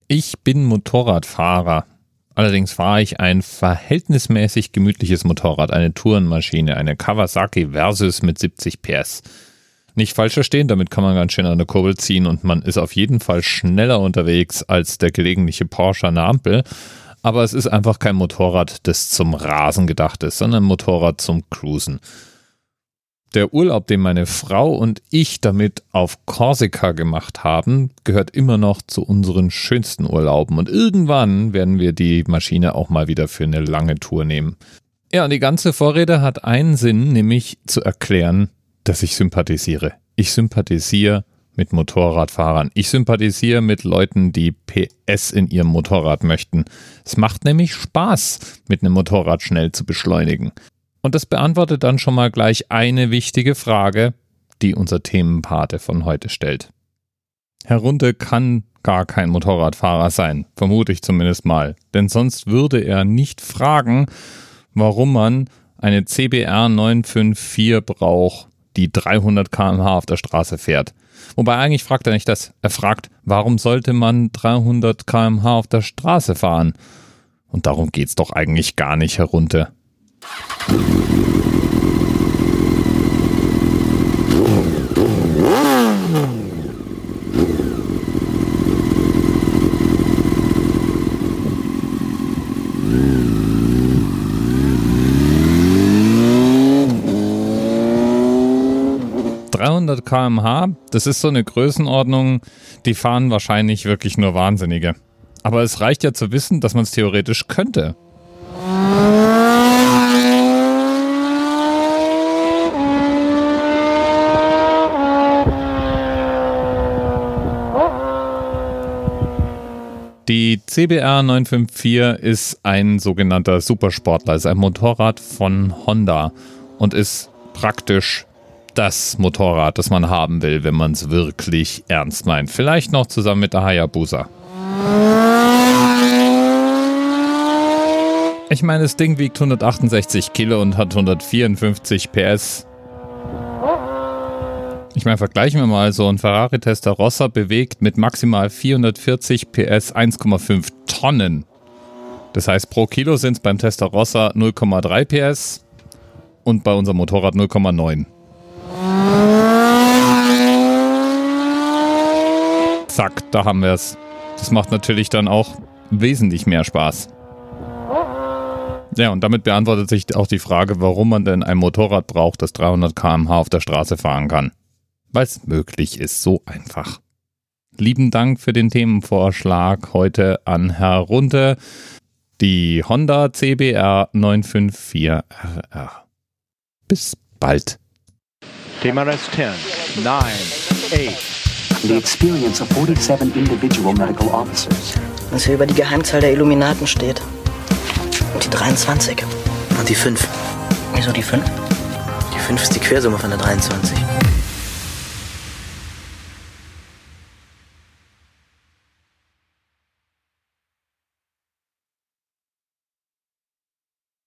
Ich bin Motorradfahrer. Allerdings fahre ich ein verhältnismäßig gemütliches Motorrad, eine Tourenmaschine, eine Kawasaki Versys mit 70 PS. Nicht falsch verstehen, damit kann man ganz schön an der Kurbel ziehen und man ist auf jeden Fall schneller unterwegs als der gelegentliche Porsche an der Ampel. Aber es ist einfach kein Motorrad, das zum Rasen gedacht ist, sondern ein Motorrad zum Cruisen. Der Urlaub, den meine Frau und ich damit auf Korsika gemacht haben, gehört immer noch zu unseren schönsten Urlauben. Und irgendwann werden wir die Maschine auch mal wieder für eine lange Tour nehmen. Ja, und die ganze Vorrede hat einen Sinn, nämlich zu erklären, dass ich sympathisiere. Ich sympathisiere mit Motorradfahrern. Ich sympathisiere mit Leuten, die PS in ihrem Motorrad möchten. Es macht nämlich Spaß, mit einem Motorrad schnell zu beschleunigen. Und das beantwortet dann schon mal gleich eine wichtige Frage, die unser Themenpate von heute stellt. Herr Runte kann gar kein Motorradfahrer sein, vermute ich zumindest mal. Denn sonst würde er nicht fragen, warum man eine CBR 954 braucht, die 300 km/h auf der Straße fährt. Wobei eigentlich fragt er nicht das. Er fragt, warum sollte man 300 km/h auf der Straße fahren? Und darum geht's doch eigentlich gar nicht, Herr Runte. km/h, das ist so eine Größenordnung, die fahren wahrscheinlich wirklich nur Wahnsinnige. Aber es reicht ja zu wissen, dass man es theoretisch könnte. Die CBR 954 ist ein sogenannter Supersportler, ist ein Motorrad von Honda und ist praktisch das Motorrad, das man haben will, wenn man es wirklich ernst meint. Vielleicht noch zusammen mit der Hayabusa. Ich meine, das Ding wiegt 168 Kilo und hat 154 PS. Ich meine, vergleichen wir mal, so ein Ferrari Testarossa bewegt mit maximal 440 PS 1,5 Tonnen. Das heißt, pro Kilo sind es beim Testarossa 0,3 PS und bei unserem Motorrad 0,9. Zack, da haben wir es. Das macht natürlich dann auch wesentlich mehr Spaß. Ja, und damit beantwortet sich auch die Frage, warum man denn ein Motorrad braucht, das 300 km/h auf der Straße fahren kann. Weil es möglich ist, so einfach. Lieben Dank für den Themenvorschlag heute an Herr Runte, die Honda CBR 954 RR. Bis bald. TMRS 10, 9, 8. The experience of 47 individual medical officers. Was hier über die Geheimzahl der Illuminaten steht. Und die 23. Und die 5. Wieso die 5? Die 5 ist die Quersumme von der 23.